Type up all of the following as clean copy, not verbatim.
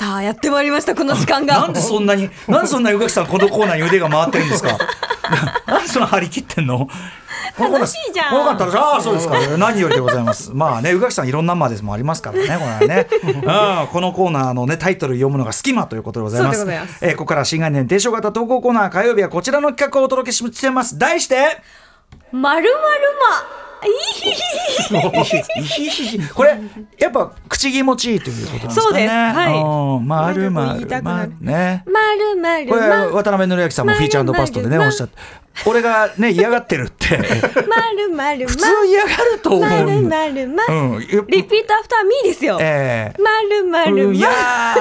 さあやってまいりましたこの時間が。 なんでそんなに宇垣さんこのコーナーに腕が回ってるんですかなんでそんな張り切ってんの。 楽しいじゃん。 よかったらそうですか、何よりでございます。まあね、宇垣さんいろんなまでもありますからね、これはねこのコーナーのねタイトル読むのがスキマということでございます。ここから新概念提唱型投稿コーナー、火曜日はこちらの企画をお届けしてます。題してまるこれやっぱ口気持ちいいということなんですかね。 そうです、はい、 まるまるまね、これ渡辺則明さんもフィーチャー&パストでねおっしゃって、俺がね嫌がってるって普通嫌がると思う。リピートアフターミーですよ。 いや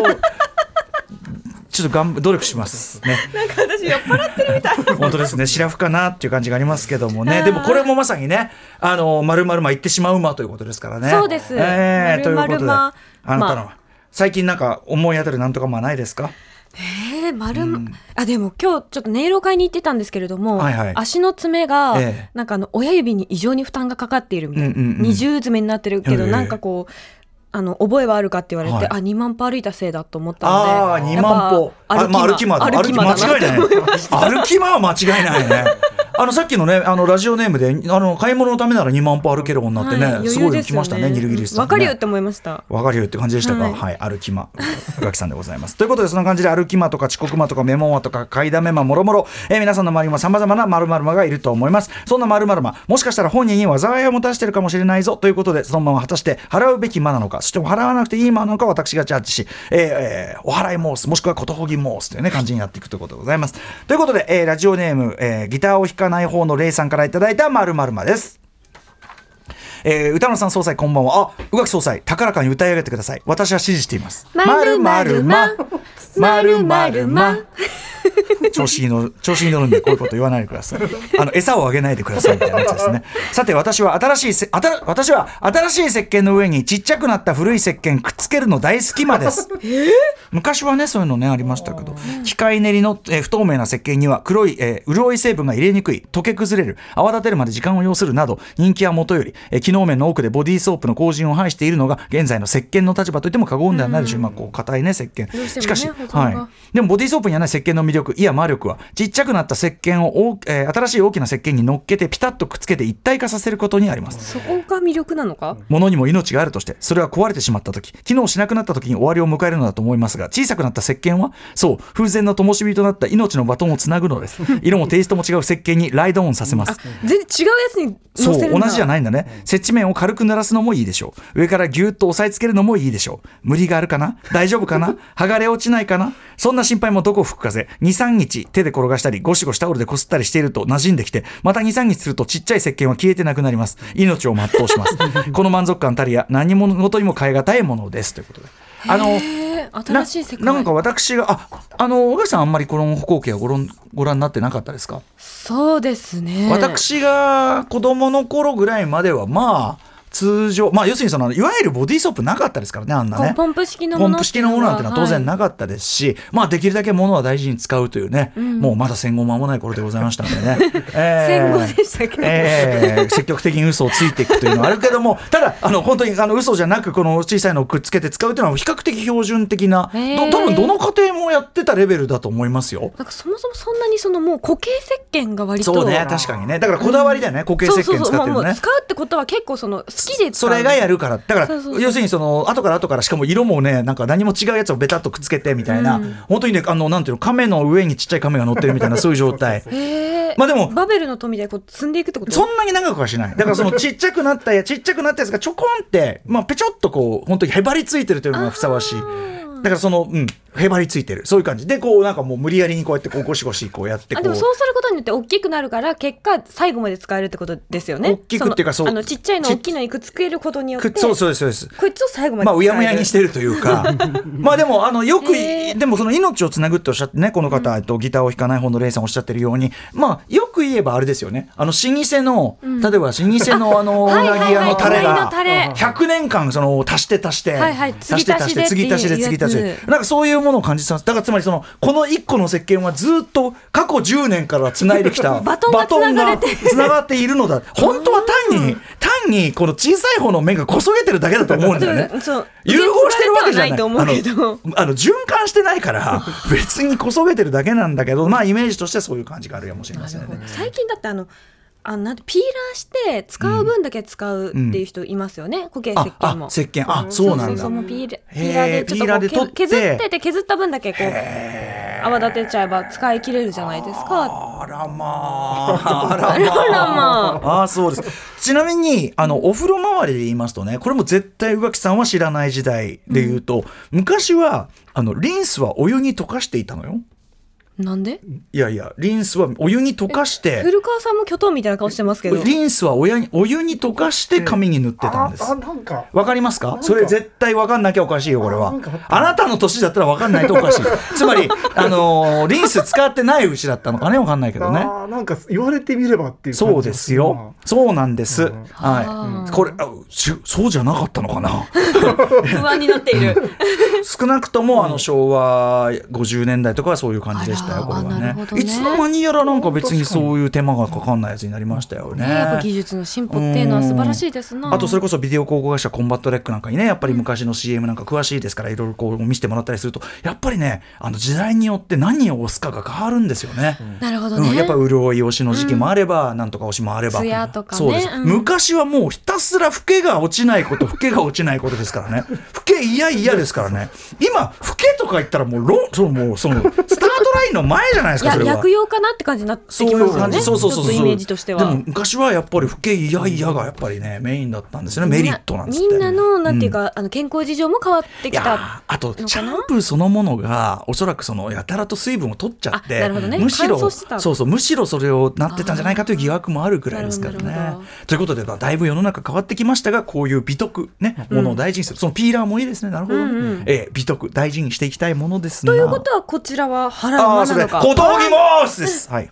ちょっと努力しますね。 なんか私酔っ払ってるみたい本当ですね、シラフかなっていう感じがありますけどもね。でもこれもまさにねまるまるま言ってしまうまということですからね。 そうです、 ということであなたの最近なんか思い当たるなんとかまないですか。 でも今日ちょっとネイルを買いに行ってたんですけれども、足の爪がなんか親指に異常に負担がかかっているみたいな、二重爪になってるけど、なんかこう覚えはあるかって言われて、2万歩歩いたせいだと思ったので、 2万歩歩き間は間違いない歩き間は間違いないねさっきのねラジオネームで買い物のためなら2万歩歩ける女ってね、すごい来ましたね。ニルギリスさんね、 分かるよって思いました。 分かるよって感じでしたか。歩き間宇垣さんでございますということで、そんな感じで歩き間とか遅刻間とかメモ間とか買いだめ間もろもろ、皆さんの周りにもさまざまな〇〇間がいると思います。そんな〇〇間、もしかしたら本人に災いをもたしているかもしれないぞということで、そのまま果たして払うべき間なのか、そして払わなくていい間なのか、私がジャッジし、お払い申す、もしくはことほぎ申すというね感じになっていくということでございます。ということで、ラジオネーム、ギターを弾かない方のレイさんからいただいた〇〇間です。歌野さん総裁こんばんは。宇垣総裁高らかに歌い上げてください。私は支持しています。〇〇ま〇〇ま調子に乗るんでこういうこと言わないでください。餌をあげないでくださいみたいなやつですね。さて私は新しい石鹸の上にちっちゃくなった古い石鹸くっつけるの大好きまです。昔はねそういうのねありましたけど、機械練りの、不透明な石鹸には黒い、潤い成分が入れにくい、溶け崩れる、泡立てるまで時間を要するなど人気はもとより、機能面の多くでボディーソープの後塵を排しているのが現在の石鹸の立場といっても過言ではないでしょう。こう硬いね石鹸、しかし、でもボディーソープにはない石鹸の魅力、いや魔力はちっちゃくなった石鹸を、新しい大きな石鹸に乗っけてピタッとくっつけて一体化させることにあります。 そこが魅力なのか。 物にも命があるとして、それは壊れてしまった時、機能しなくなった時に終わりを迎えるのだと思いますが、小さくなった石鹸はそう風前の灯火となった命のバトンをつなぐのです。色もテイストも違う石鹸にライドオンさせます。 全然違うやつに乗せるんだ。 そう同じじゃないんだね。接地面を軽く濡らすのもいいでしょう。上からギュッと押さえつけるのもいいでしょう。無理があるかな、大丈夫かな、剥がれ落ちないかな、そんな心配もどこ吹く風。 2,3 日手で転がしたりゴシゴシタオルでこすったりしていると馴染んできて、また 2,3 日するとちっちゃい石鹸は消えてなくなります。命を全うしますこの満足感たりや何事にも代え難いものですということで、 新しい世界なんか私が小垣さんあんまりこの光景はご覧になってなかったですか。 そうですね、 私が子供の頃ぐらいまではまあ通常、要するにいわゆるボディーソープなかったですからね。あんなねポンプ式のものなんていうのは当然なかったですし、できるだけ物は大事に使うというね、もうまだ戦後間もない頃でございましたのでね、 戦後でしたけど、 積極的に嘘をついていくというのはあるけども、ただ本当に嘘じゃなくこの小さいのをくっつけて使うというのは比較的標準的な、多分どの家庭もやってたレベルだと思いますよ。 なんかそもそもそんなにもう固形石鹸が割とそうね、確かにね、だからこだわりだよね、固形石鹸使ってるのね。 使うってことは結構好きで使う、 それがやるから、だから要するに後からしかも色もねなんか何も違うやつをベタっとくっつけてみたいな、本当にねなんていうの、亀の上にちっちゃい亀が乗ってるみたいなそういう状態。でもバベルの富で積んでいくってこと。 そんなに長くはしない。だからちっちゃくなったやつがちょこんってペチョっと本当にへばりついてるというのがふさわしい。だからへばりついてる、そういう感じでなんかもう無理やりにこうやってゴシゴシやってでもそうすることによって大きくなるから結果最後まで使えるってことですよね。 大きくっていうかちっちゃいの大きいのにくっつけることによってそうですこいつを最後まで使える、 うやむやにしてるというかでもよくでも命をつなぐっておっしゃってね、この方、ギターを弾かない方のレイさんおっしゃってるように、よく言えばあれですよね、老舗の、例えば老舗のうなぎ屋のタレが100年間足して継ぎ足してなんかそういうものを感じてます。だからつまりこの1個の石鹸はずっと過去10年からつないできたバトンがつながっているのだ。本当は単単にこの小さい方の面がこそげてるだけだと思うんだよね。融合してるわけじゃない。循環してないから別にこそげてるだけなんだけど、まあイメージとしてそういう感じがあるかもしれませんね。 最近だってなんてピーラーして使う分だけ使うっていう人いますよね、固形石鹸も。 石鹸、そうなんだ。 そうピーラーでちょっと削ってて、削った分だけこう泡立てちゃえば使い切れるじゃないですか。 あらまあそうです。ちなみにお風呂周りで言いますとね、これも絶対宇垣さんは知らない時代で言うと、昔はリンスはお湯に溶かしていたのよ。 なんで？ いやリンスはお湯に溶かして。 古川さんも巨頭みたいな顔してますけど、 リンスはお湯に溶かして髪に塗ってたんです。わかりますか？それ絶対わかんなきゃおかしいよこれは。あなたの年だったらわかんないとおかしい。つまりリンス使ってないうちだったのかね、わかんないけどね。 なんか言われてみればっていう感じ。 そうですよ。そうなんです。はい。これそうじゃなかったのかな。 不安になっている。 少なくとも昭和50年代とかはそういう感じでした。これはね、いつの間にやらなんか別にそういう手間がかかんないやつになりましたよね。 やっぱ技術の進歩っていうのは素晴らしいですな。 あとそれこそビデオ広告会社コンバットレックなんかにね、やっぱり昔の CM なんか詳しいですから、いろいろこう見せてもらったりすると、やっぱりね時代によって何を押すかが変わるんですよね。 なるほどね。 やっぱ潤い推しの時期もあれば、なんとか推しもあれば、 ツヤとかね。 そうです、昔はもうひたすらフケが落ちないことフケが落ちないことですからね。フケ嫌ですからね。今フケとか言ったらもうそのスタートラインの前じゃないですか。 薬用かなって感じになってきますよね。 そうイメージとしては。 でも昔はやっぱり不敬いやがやっぱりねメインだったんですよね。メリットなんですって。 みんなのなんていうか、健康事情も変わってきた。 あとシャンプーそのものがおそらくやたらと水分を取っちゃって、むしろむしろそれをなってたんじゃないかという疑惑もあるくらいですからね。ということでだいぶ世の中変わってきましたが、こういう美徳ねものを大事にする、そのピーラーもいいですね。なるほどね。美徳大事にしていきたいものですが。 ということはこちらは払うものなのか。 小峠モースです。はい。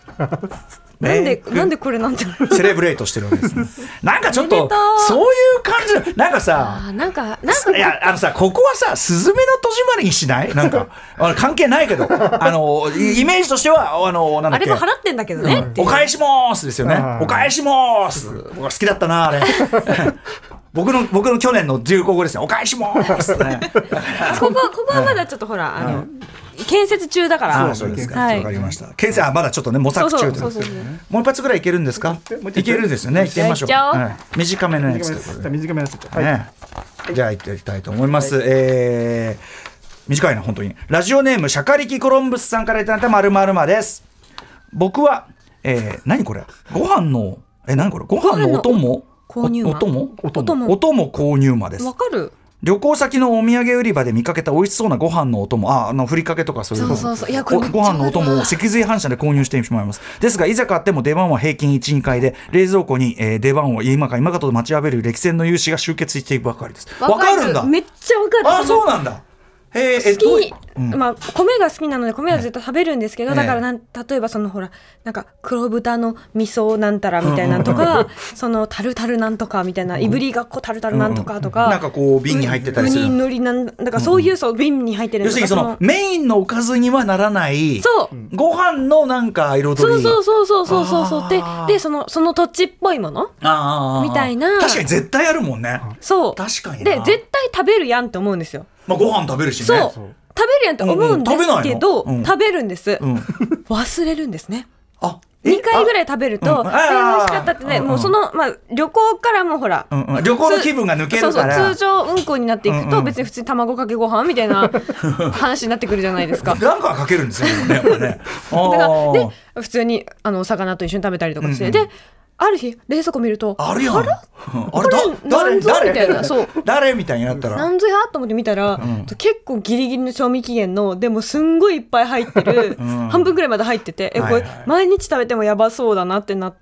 なんでこれなんてセレブレートしてるんです、ね、なんかちょっとそういう感じなんかさいやさここはさスズメの戸締まりにしない？なんか関係ないけどイメージとしてはなんだっけ、 あれも払ってんだけどね、 お返しモースですよね。お返しモース僕は好きだったなあれ。僕の去年の流行語ですね。お返しモースね。 ここはまだちょっとほら建設中だから。 そうですか。わかりました。建設まだちょっとね模索中で。もう一発ぐらいいけるんですか？いけるんですよね。行ってみましょう。短めのやつ。 短めのやつ。 じゃあ行っていきたいと思います。短いな本当に。ラジオネームシャカリキコロンブスさんからいただいた〇〇まです。僕は何これ？ご飯の何これ？ご飯のお供？ 購入魔。 お供購入魔です。 わかる？ 旅行先のお土産売り場で見かけた美味しそうなご飯のお供、ふりかけとかそういうご飯のお供を脊髄反射で購入してしまいます。ですがいざ買っても出番は平均 1,2 回で、冷蔵庫に、出番を今かと待ちわびる歴戦の勇士が集結していくばかりです。わかるんだ。 めっちゃわかる。 あ、そうなんだ。 好き、米が好きなので米は絶対食べるんですけど、だから例えばほらなんか黒豚の味噌なんたらみたいなとかタルタルなんとかみたいな、いぶりがっこタルタルなんとかとか、 なんかこう瓶に入ってたりする、 ウニのりなんだかそういう瓶に入ってる。 要するにメインのおかずにはならないご飯のなんか彩り。 そうでその土地っぽいものみたいな。 確かに絶対あるもんね。 そう確かにで絶対食べるやんって思うんですよ。 ご飯食べるしね。 そう食べるやんって思うんですけど、食べるんです、忘れるんですね。2回ぐらい食べると美味しかったってね、もう旅行からもほら、 旅行の気分が抜けるから、 通常運行になっていくと別に普通に卵かけご飯みたいな話になってくるじゃないですか。 なんかかけるんですよね。 だからで普通にお魚と一緒に食べたりとかして、である日冷蔵庫見るとあれやん、あれ誰みたいな、 誰みたいになったらなんぞやと思って見たら、結構ギリギリの賞味期限のでもすんごいいっぱい入ってる、半分ぐらいまで入ってて、これ毎日食べてもやばそうだなってなって、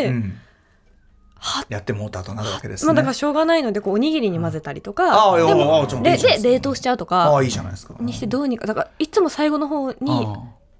やってもうたとなるわけですね。 だからしょうがないのでおにぎりに混ぜたりとか、でもで冷凍しちゃうとかいいじゃないですか。 にしてどうにか、だからいつも最後の方に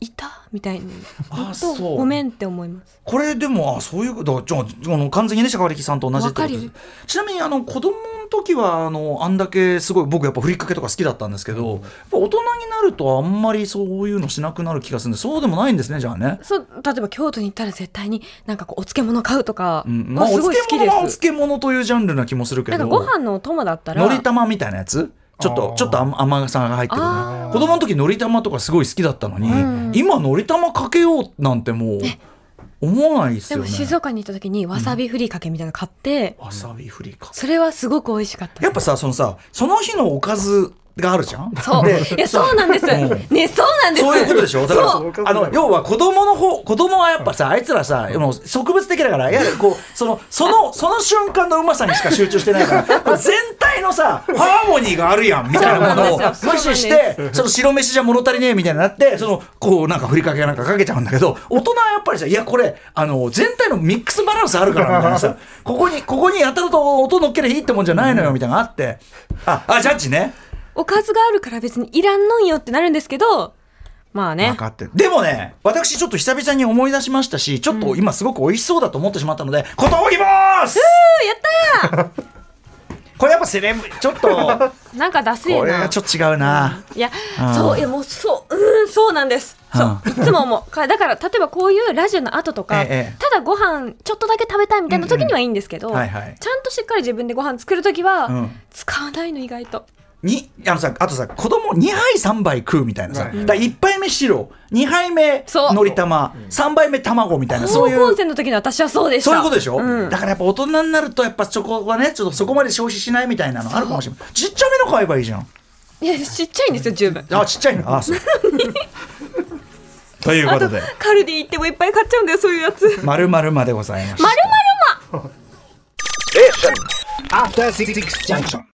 いたみたいに本当ごめんって思います。 これでもそういうこと完全にね釈迦力さんと同じってことです。ちなみに子供の時はあんだけすごい僕やっぱふりかけとか好きだったんですけど、やっぱ大人になるとあんまりそういうのしなくなる気がするんで、そうでもないんですねじゃあね。 そう例えば京都に行ったら絶対になんかこうお漬物買うとか、すごい好きです。 お漬物というジャンルな気もするけど、 なんかご飯のお供だったらのり玉みたいなやつちょっと甘さが入ってるね。子供の時のり玉とかすごい好きだったのに、今のり玉かけようなんてもう思わないですよね。 でも静岡に行った時にわさびふりかけみたいなの買って、 わさびふりかけ、 それはすごく美味しかった。 やっぱさその日のおかずがあるじゃん。 そういやそうなんです、ね、そうなんです。 そういうことでしょ。だから要は子供はやっぱさあいつらさ植物的だからやはりこうその瞬間のうまさにしか集中してないから全体のさハーモニーがあるやんみたいなものを無視してその白飯じゃ物足りねえみたいになってこうなんかふりかけなんかかけちゃうんだけど、大人はやっぱりさいやこれ全体のミックスバランスあるからみたいなさここにやたらと音乗っけりゃいいってもんじゃないのよみたいなのがあって、ジャッジね。 おかずがあるから別にいらんのんよってなるんですけど、まあね分かってる。でもね私ちょっと久々に思い出しましたし、ちょっと今すごく美味しそうだと思ってしまったのでことをぎますやったーこれやっぱセレブちょっとなんか出せえな。 これはちょっと違うな、 いやそういやもうそうなんです。そういつも思うだから例えばこういうラジオの後とか、ただご飯ちょっとだけ食べたいみたいな時にはいいんですけど、ちゃんとしっかり自分でご飯作る時は、使わないの意外と。 あとさ子供2杯3杯食うみたいなさ、だ1杯目白2杯目のり玉3杯目卵みたいな、そういう高校生の時の私はそうでした。 そういうことでしょ、だからやっぱ大人になるとやっぱチョコはねちょっとそこまで消費しないみたいなのあるかもしれない。ちっちゃめの買えばいいじゃん。 いやちっちゃいんですよ十分。 ちっちゃいのそうということでカルディ行ってもいっぱい買っちゃうんだよそういうやつ。 〇〇までございました。 〇〇ま After 66 junction